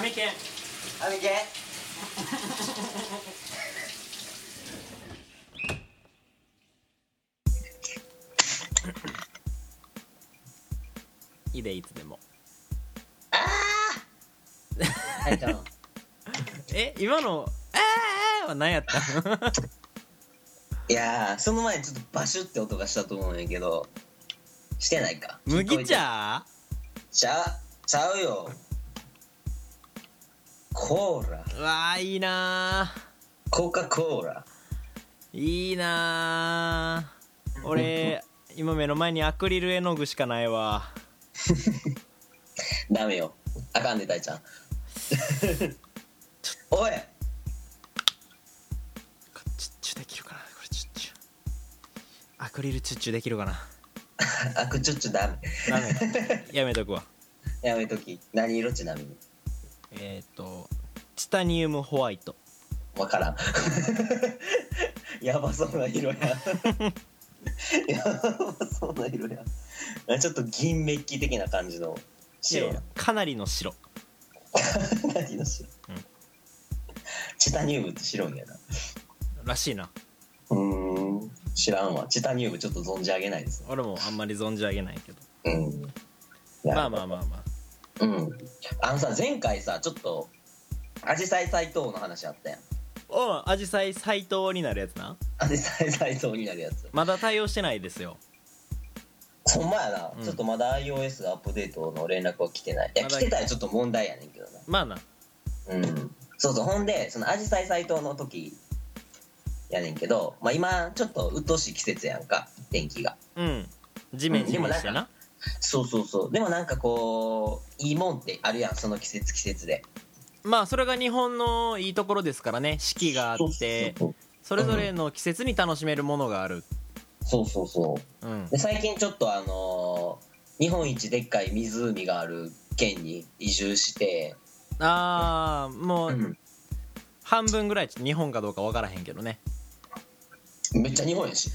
メ犬アミケいいでいつでも。 はいちゃん今のは何やったの？ いやーその前にちょっとバシュって音がしたと思うんやけどしてないか。 麦茶？ ちゃうよ。コーラ。 うわーいいなコカ・コーラ。 ーいいなー。俺今目の前にアクリル絵の具しかないわ。 ダメよ、あかんでたいちゃん。おいチュッチュできるかなこれ。チュッチュアクリルチュッチュできるかな。 アクチュッチュダメ。 ダメやめとくわ。 やめとき。何色ちなみに。 チタニウムホワイト。 わからん。やばそうな色や。やばそうな色や。ちょっと銀メッキ的な感じの白な。 かなりの白。 何の白、チタニウムって白いんやな。 らしいな。 知らんわ。チタニウムちょっと存じ上げないです。 俺もあんまり存じ上げないけど。まあまあまあまあ。 さ前回さちょっとアジサイ斎藤の話あったやん。 アジサイ斎藤になるやつな。 アジサイ斎藤になるやつまだ対応してないですよ。 ほんまやな、ちょっとまだ iOS アップデートの連絡は来てない。いや来てたらちょっと問題やねんけどな。 まあな。 そうそう。ほんでそのアジサイ斎藤の時やねんけど、今ちょっと鬱陶しい季節やんか、天気が。 ジメジメしてな。 そうでもなんかこういいもんってあるやん、その季節で。 まあそれが日本のいいところですからね。四季があってそれぞれの季節に楽しめるものがある。 で最近ちょっと日本一でっかい湖がある県に移住して、 もう、半分ぐらい日本かどうか分からへんけどね。 めっちゃ日本やし。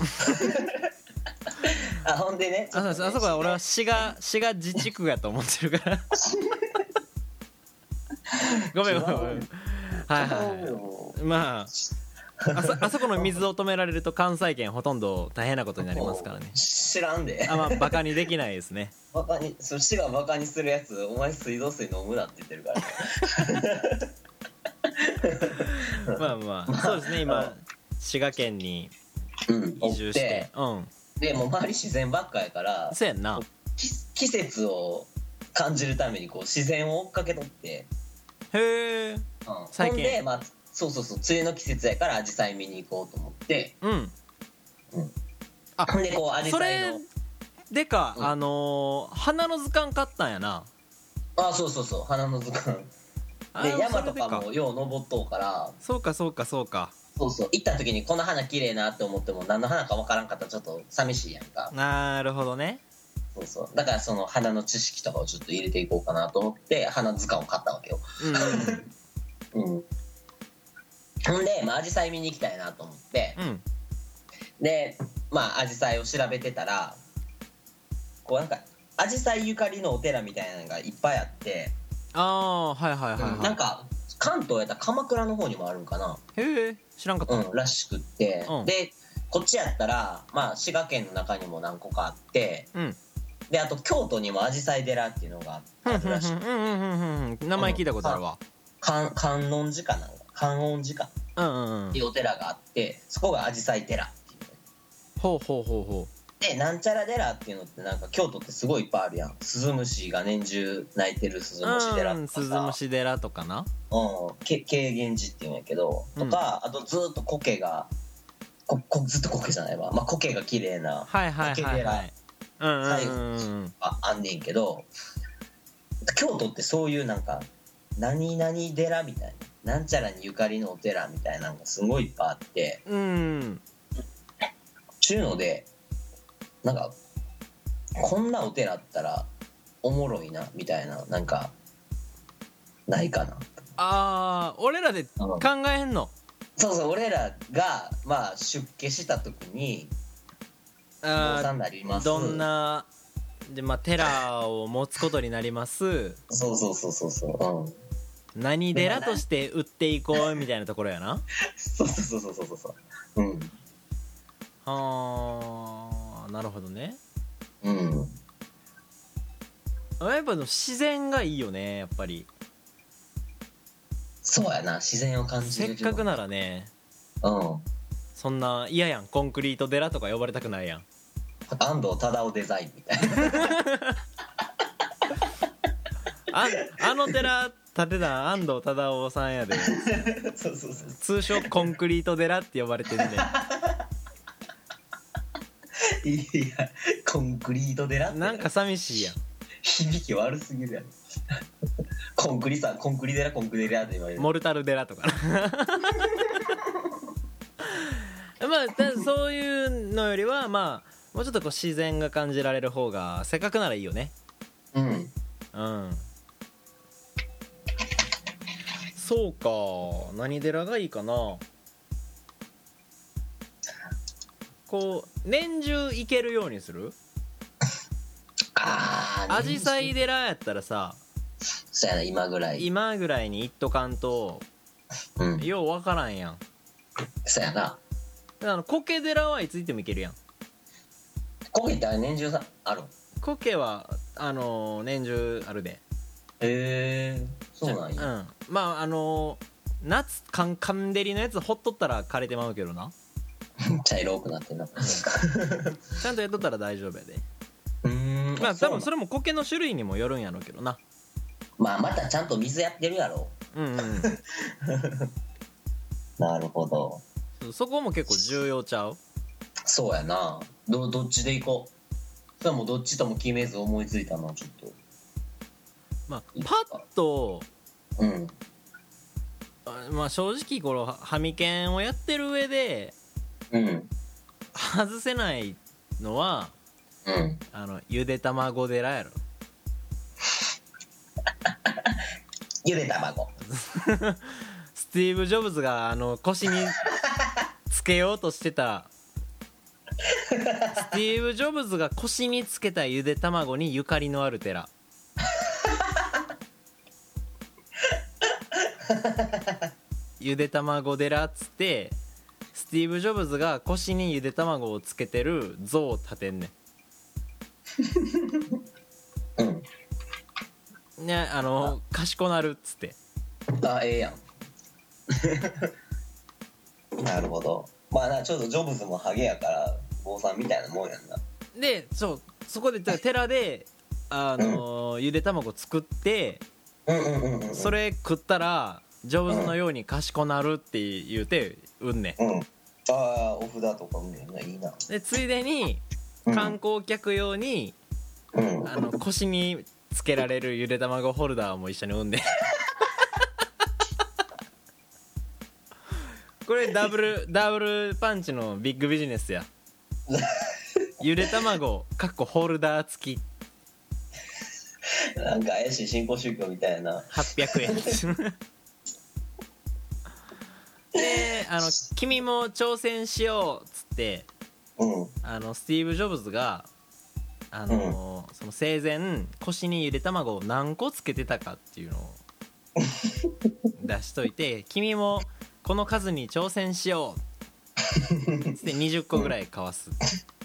ほんでね、 あそこは俺は滋賀自治区やと思ってるから。ごめんはいまああそこの水を止められると関西圏ほとんど大変なことになりますからね。 知らんで。 バカにできないですね。 滋賀バカにするやつ、お前水道水飲むなって言ってるから。 まあそうですね。今滋賀県に移住してでもう周り自然ばっかやから、 そうやんな。 季節を感じるためにこう自然を追っかけとって、 へえ、最近ほんでそう梅雨の季節やからアジサイ見に行こうと思って、ほんでこうアジサイのそれでか、花の図鑑買ったんやな。 そう花の図鑑で山とかもよう登っとうから。 そうか行った時にこの花綺麗なって思っても何の花か分からんかったらちょっと寂しいやんか。 なるほどね。 だからその花の知識とかをちょっと入れていこうかなと思って花図鑑を買ったわけよ。ほんでアジサイ見に行きたいなと思って、でアジサイを調べてたら、こうなんかアジサイゆかりのお寺みたいなのがいっぱいあって、なんか関東やったら鎌倉の方にもあるんかな。 へえ、知らんかった。 らしくって、でこっちやったら滋賀県の中にも何個かあって、であと京都にもアジサイ寺っていうのがあるらしい。 名前聞いたことあるわ。 観音寺かな、観音寺かっていうお寺があって、そこがアジサイ寺っていう。 ほうでなんちゃら寺っていうのってなんか京都ってすごいいっぱいあるやん。スズムシが年中鳴いてるスズムシ寺とかさ、 スズムシ寺とかな、 軽減寺っていうんやけど、とかあとずっと苔がずっと苔じゃないわ、苔が綺麗な苔寺あんねんけど、京都ってそういうなんか何々寺みたいな、なんちゃらにゆかりのお寺みたいなのがすごいいっぱいあって、ちゅうのでなんかこんなお寺あったらおもろいなみたいな、なんかないかな。 俺らで考えんの。 俺らが出家した時におさんなります。 どんなで寺を持つことになります。 何寺として売っていこうみたいなところやな。 そうそうそうそうそうそう。うん。 あー、なるほどね。 うん。 やっぱ自然がいいよね、やっぱり。 そうやな、自然を感じる。 せっかくならね。 うん。 そんな嫌やん、コンクリート寺とか呼ばれたくないやん。 安藤忠雄デザインみたいな。 あの寺建てた安藤忠雄さんやで。 そうそうそう。 通称コンクリート寺って呼ばれてんねん。 いや、コンクリート寺ってなんか寂しいやん。 響き悪すぎるやん。コンクリ寺って言われる。 モルタル寺とかまあそういうのよりはまあもうちょっとこう自然が感じられる方がせっかくならいいよね。 うんうんそうか。何寺がいいかな。こう年中行けるようにする。あじさい寺やったらさ、 そうやな、今ぐらいに行っとかんと、 うん、 ようわからんやん。 そうやな。 苔寺はいつ行っても行けるやん。 苔って年中さある。 苔は年中あるで。 へえ、そうなんや。 うん、まあ夏カンデリのやつほっとったら枯れてまうけどな。 茶色くなってんな。ちゃんとやっとったら大丈夫やで。まあ多分それも苔の種類にもよるんやろうけどな。 まあまたちゃんと水やってるやろ。なるほど。 そこも結構重要ちゃう。 そうやな。どっちで行こう。それはもうどっちとも決めず思いついたな、ちょっと。 まあパッとうんまあ正直このハミケンをやってる上でうん外せないのはうんゆで卵寺やろ。 ゆで卵。 スティーブ・ジョブズが腰につけようとしてたスティーブ・ジョブズが腰につけたゆで卵にゆかりのある寺。ゆで卵寺っつってスティーブ・ジョブズが腰にゆで卵をつけてる像を建てんねん。ね、賢なるっつって。 あ、ええやん。なるほど。まあな、ちょっとジョブズもハゲやから坊さんみたいなもんやんな。 でそこで寺でゆで卵作って、それ食ったらジョブズのように賢なるって言うてうんねん。 ああ、お札とかうんねんな、いいな。 でついでに観光客用に、腰につけられるゆで卵ホルダーも一緒に産んでこれダブルパンチのビッグビジネスや。ゆで卵ホルダー付きなんか怪しい新興宗教みたいな。 800円で君も挑戦しようっつって、スティーブ・ジョブズがその生前腰にゆで卵を何個つけてたかっていうのを出しといて君もこの数に挑戦しようっつって20個ぐらいかわす。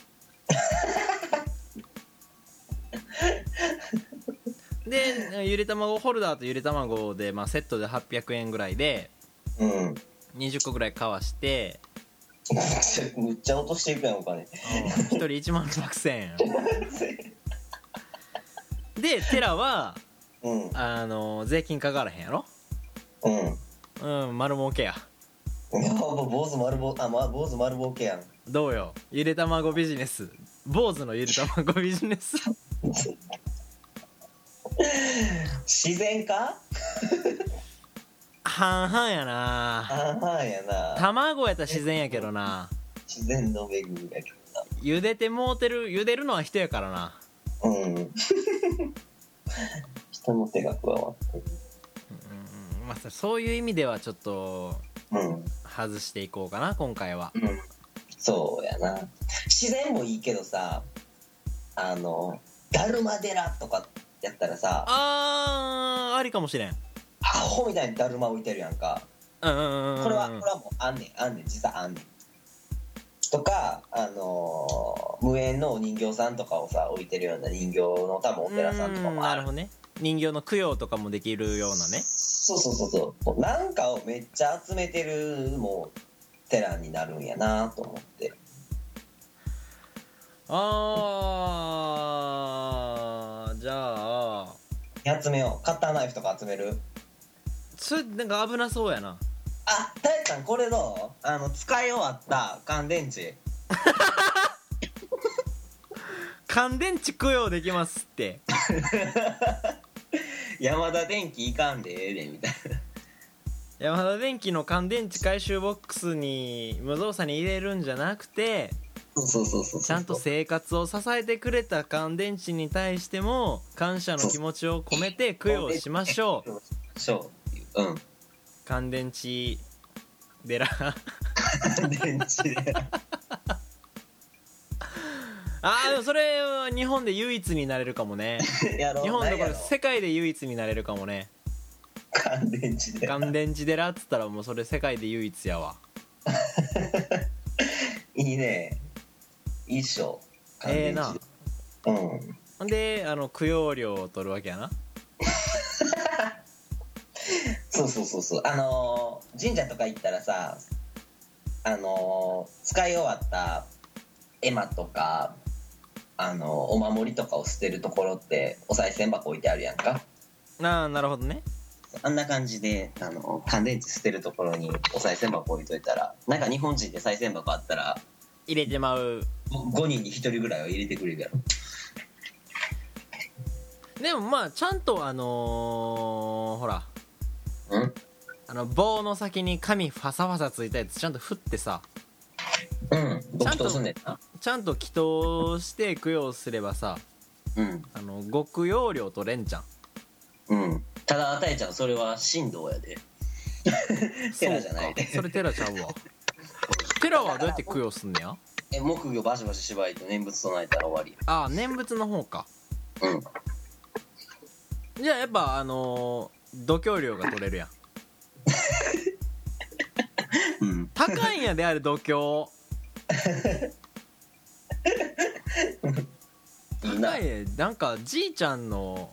でゆで卵ホルダーとゆで卵で、セットで800円ぐらいで20個ぐらいかわしてむっちゃ落としていくやんお金。 1人1万6000円で寺は、税金かからへんやろ。丸儲けや。 坊主丸儲けやん。 どうよゆで卵ビジネス。坊主のゆで卵ビジネス自然か半々やな。 半々やな。 卵やったら自然やけどな。 自然の恵みやけどな。 茹でてもうてる茹でるのは人やからな。 人の手が加わってる。 そういう意味ではちょっと外していこうかな今回は。 そうやな。自然もいいけどさ、だるま寺とかやったらさ、 ありかもしれん。 ホみたいにだるま置いてるやんか。これはもうあんねん実際あんねんとか、無縁のお人形さんとかをさ置いてるような人形の多分お寺さんとかもある。 なるほどね。人形の供養とかもできるようなね。 そうなんかをめっちゃ集めてるもう寺になるんやなと思って。 じゃあ集めよう。カッターナイフとか集める。 それなんか危なそうやな。 タイちゃんこれどう？使い終わった乾電池乾電池供養できますって山田電機いかんでええでみたいな。 山田電機の乾電池回収ボックスに無造作に入れるんじゃなくて、ちゃんと生活を支えてくれた乾電池に対しても感謝の気持ちを込めて供養しましょう。乾電池寺電池寺でもそれは日本で唯一になれるかもね。日本どころ世界で唯一になれるかもね。 乾電池寺っつったらもうそれ世界で唯一やわいいね、いいっしょ。 な。ほんで供養料を取るわけやな。 そう神社とか行ったらさ、使い終わった絵馬とかお守りとかを捨てるところってお賽銭箱置いてあるやんか。 なるほどね。 あんな感じで乾電池捨てるところにお賽銭箱置いといたら、なんか日本人で賽銭箱あったら入れてまう。 5人に1人ぐらいは入れてくれるやろ。 でもまあちゃんとほら棒の先に紙ファサファサついたやつちゃんと振ってさ、 ご祈祷すんねんな。 ちゃんと祈祷して供養すればさ、ご供養料取れんじゃん。 ただたえちゃんそれは神道やで寺じゃないで。 それ寺ちゃうわ。寺はどうやって供養すんねや。 木魚バシバシ縛いて念仏唱えたら終わり。 念仏の方か。じゃあやっぱ度胸料が取れるやん高いんやであれ度胸高い。なんかじいちゃんの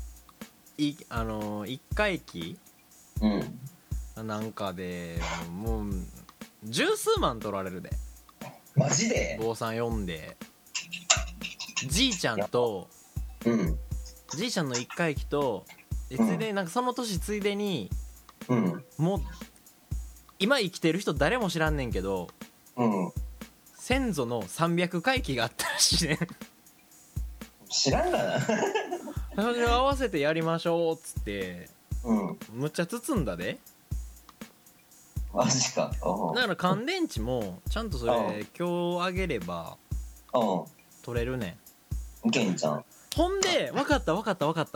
一回忌なんかでもう十数万取られるで。 マジで？ 坊さん読んでじいちゃんとじいちゃんの一回忌とついでになんかその年ついでにもう今生きてる人誰も知らんねんけど先祖の300回忌があったらしいねん。 知らんがなそれを合わせてやりましょうっつってむっちゃ包んだで。 マジか。 だから乾電池もちゃんとそれ今日あげれば取れるねん。いけんじゃん。 ほんで分かった。 どうや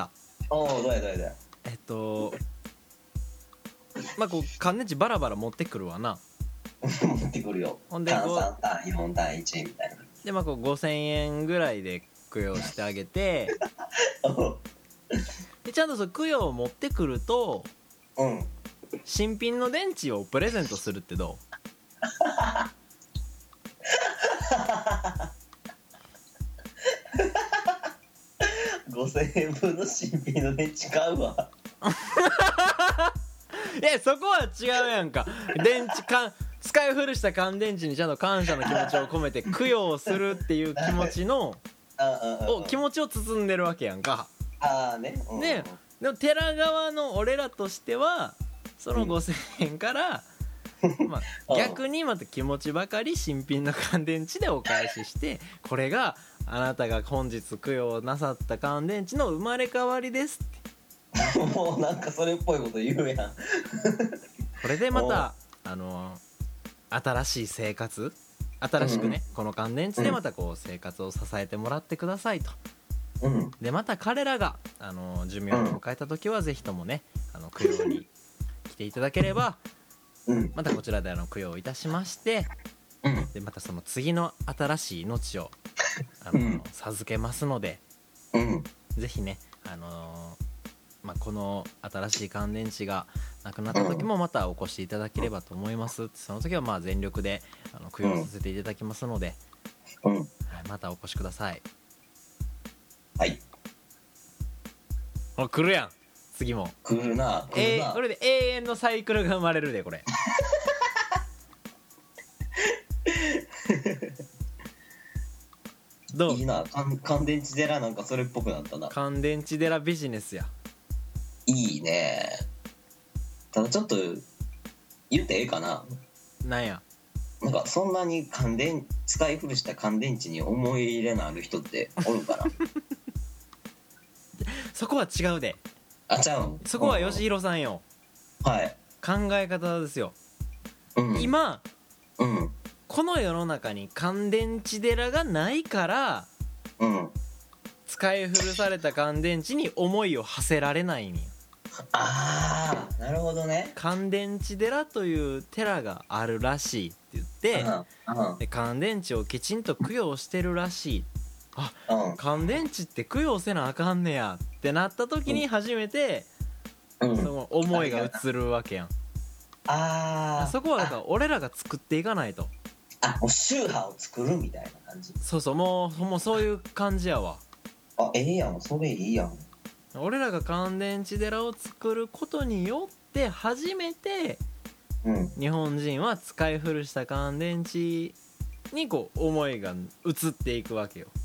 まあこう乾電池バラバラ持ってくるわな持ってくるよ。 ほんで単3単4単1みたいな。 でまあこう5000円ぐらいで供養してあげてでちゃんとその供養を持ってくると新品の電池をプレゼントするってどう？5000円分の新品の電池買うわそこは違うやんか。使い古した乾電池にちゃんと感謝の気持ちを込めて供養するっていう気持ちの気持ちを包んでるわけやんか。でも寺側の俺らとしてはその5000円から逆にまた気持ちばかり新品の乾電池でお返ししてこれがあなたが本日供養なさった乾電池の生まれ変わりですってもうなんかそれっぽいこと言うやんこれでまた新しい生活新しくねこの乾電池でまたこう生活を支えてもらってくださいと。でまた彼らが寿命を迎えた時はぜひともね供養に来ていただければまたこちらで供養いたしましてでまたその次の新しい命を授けますのでぜひねこの新しい乾電池がなくなった時もまたお越しいただければと思います。その時は全力で供養させていただきますので、またお越しください。 はい。 来るやん、次も来るな。 これで永遠のサイクルが生まれるでこれどう？ いいな、乾電池寺なんかそれっぽくなったな。 乾電池寺ビジネスや。 いいね。ただちょっと言ってええかな。 なんや。 なんかそんなに使い古した乾電池に思い入れのある人っておるかなそこは違うで。 あ、ちゃうん。 そこは吉弘さんよ。 はい。 考え方ですよ。今、この世の中に乾電池寺がないから、使い古された乾電池に思いを馳せられないんや。 ああ、なるほどね。 乾電池寺という寺があるらしいって言って、で乾電池をきちんと供養してるらしい。乾電池って供養せなあかんねやってなった時に初めて、その思いが移るわけやん。そこはだから俺らが作っていかないと。 もう宗派を作るみたいな感じ。 そうもうそういう感じやわ。 ええやん、それいいやん。 俺らが乾電池寺を作ることによって初めて、日本人は使い古した乾電池にこう思いが移っていくわけよ。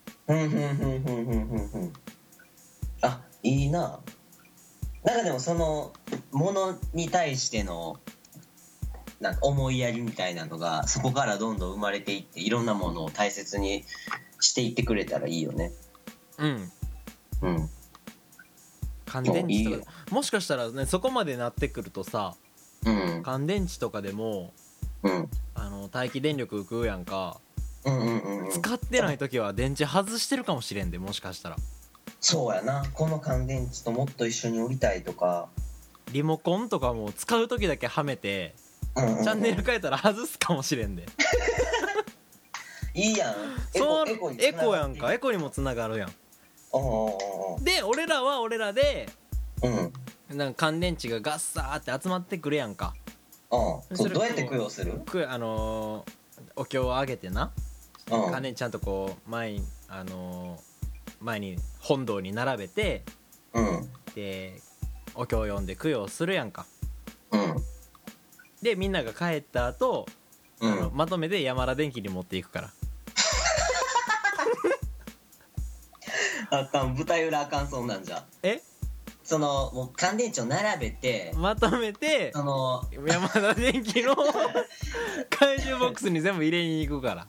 いいな。なんかでもそのものに対してのなんか思いやりみたいなのがそこからどんどん生まれていって、いろんなものを大切にしていってくれたらいいよね。 乾電池とかもしかしたらね、そこまでなってくるとさ、乾電池とかでも、待機電力食うやんか。使ってない時は電池外してるかもしれんで、もしかしたら。 そうやな。この乾電池ともっと一緒におりたいとか、 リモコンとかも使う時だけはめて、チャンネル変えたら外すかもしれんでいいやん。 エコやんか。エコにもつながるやん。で俺らは俺らで、なんか乾電池がガッサーって集まってくるやんか。 どうやって供養する？ お経をあげてな、乾電池ちゃんとこう前に本堂に並べて、でお経を読んで供養するやんか。でみんなが帰った後、まとめて山田電機に持っていくからあかん、舞台裏あかん、そんなんじゃ。そのもう乾電池を並べてまとめて、その山田電機の怪獣ボックスに全部入れに行くから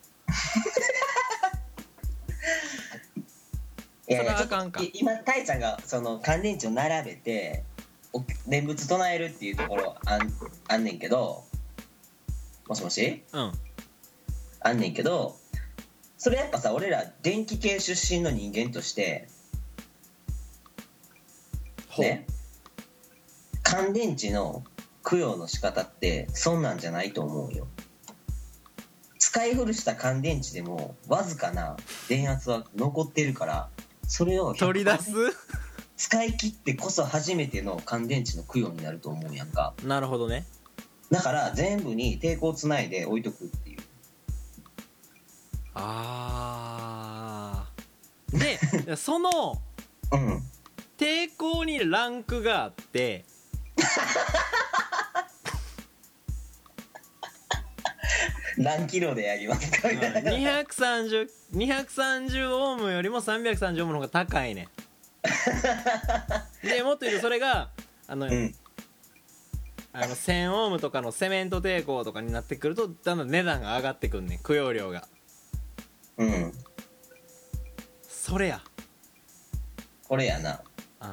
いやいや、あかんか。今たいちゃんがその乾電池を並べて念仏唱えるっていうところあんねんけど、もしもし、あんねんけど、それやっぱさ、俺ら電気系出身の人間としてね、乾電池の供養の仕方ってそんなんじゃないと思うよ。使い古した乾電池でもわずかな電圧は残ってるから、それを取り出す使い切ってこそ初めての乾電池の供養になると思うやんか。 なるほどね。 だから全部に抵抗つないで置いとくっていう。 でその抵抗にランクがあって何キロでやりますかみたいな。 230オームよりも330オームの方が高いねでもっと言うとそれが1000オームとかのセメント抵抗とかになってくるとだんだん値段が上がってくんねん、供養量が。それやこれやな。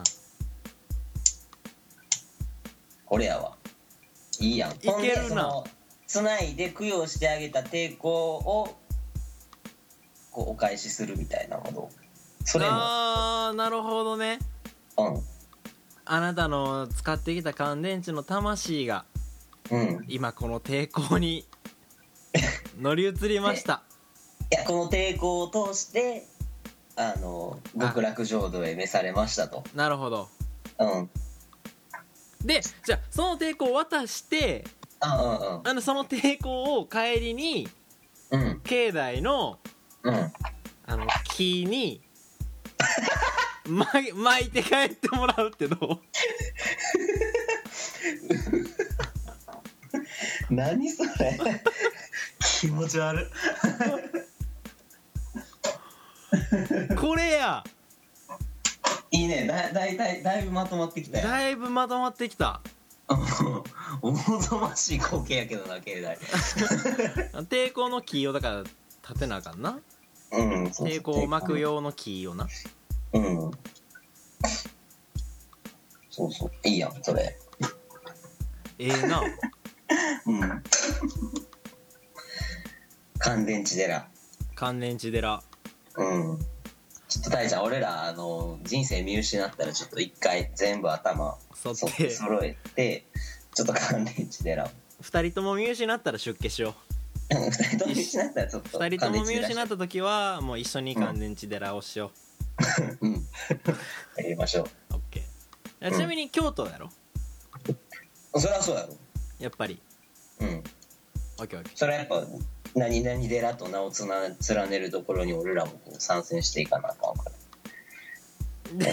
これやわ。いいやん。いけるな。 つないで供養してあげた抵抗をこうお返しするみたいなもの。それも。 なるほどね。あなたの使ってきた乾電池の魂が、今この抵抗に乗り移りましたいや、この抵抗を通して極楽浄土へ召されましたと。 なるほど。 でじゃあその抵抗を渡して、その抵抗を帰りに、境内の、木に巻いて帰ってもらうってどう？ 何それ気持ち悪これや。 いいね。だいぶまとまってきたよ。 だいぶまとまってきた。 おもぞましい光景やけどな、境内抵抗の木をだから立てなあかんな。抵抗を巻く用の木をな。 そうそう、いいやんそれ。 な。 乾電池寺。 乾電池寺。 ちょっと大ちゃん、俺ら人生見失ったらちょっと一回全部頭揃えて、ちょっと乾電池寺を。 2人とも見失ったら出家しよう。 2人とも見失ったらちょっと 2人とも見失った時はもう一緒に乾電池寺をしよう。やりましょう。 OK。 ちなみに京都やろ。 そりゃそうやろ、 やっぱり。OK。 それはやっぱ何々寺と名を連ねるところに俺らもこう参戦していかなあかんから。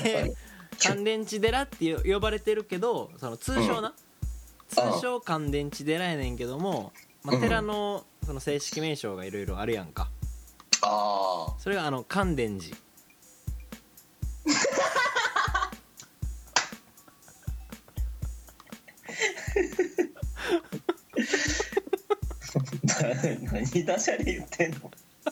で乾電池寺って呼ばれてるけど、その通称な、通称乾電池寺やねんけども、寺のその正式名称がいろいろあるやんか。それが乾電寺。 何ダジャレ言ってんの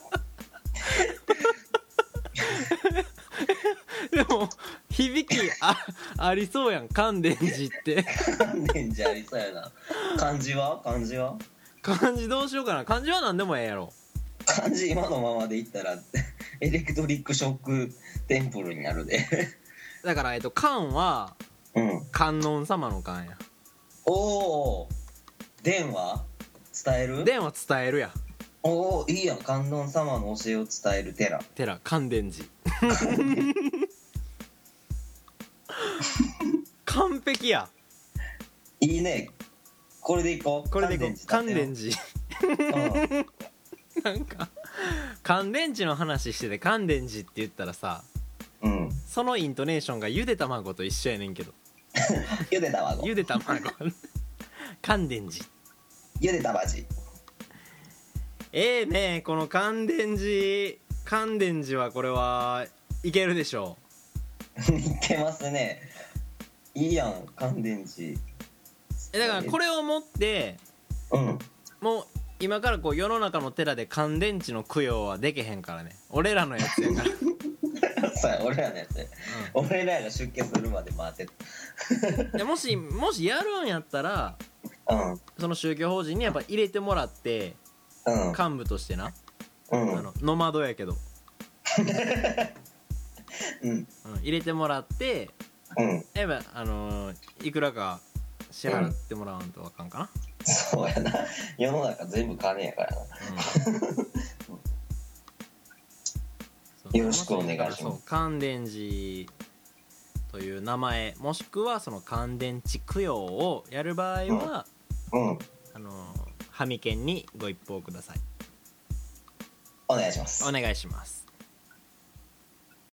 でも響きありそうやん、乾電寺って。 乾電池ありそうやな。漢字は漢字どうしようかな。漢字は何でもええやろ。 漢字今のままでいったらエレクトリックショックテンプルになるで。 だから観は観音様の観や。 おお、伝は伝える？ 伝は伝えるや。 おお、いいやん。観音様の教えを伝える寺。 乾電寺。完璧や。 いいね。これでいこう。 乾電寺。なんか乾電池の話してて乾電寺って言ったらさ、そのイントネーションがゆで卵と一緒やねんけど。 ゆで卵。 乾電寺。 ゆでたまじ。 ねこの乾電寺はこれはいけるでしょう。いけますね。いいやん、乾電池。 だからこれを持って、もう今からこう世の中の寺で乾電池の供養はできへんからね。俺らのやつやから。 そうや、俺らのやつ、俺らが出家するまで待ってもしやるんやったら、その宗教法人にやっぱ入れてもらって、幹部としてな、ノマドやけど、入れてもらって、やっぱいくらか支払ってもらわんとあかんかな。 そうやな、世の中全部金やからな。よろしくお願いします。 乾電池という名前、もしくはその乾電池供養をやる場合は、ハミケンにご一報ください。 お願いします。 お願いします。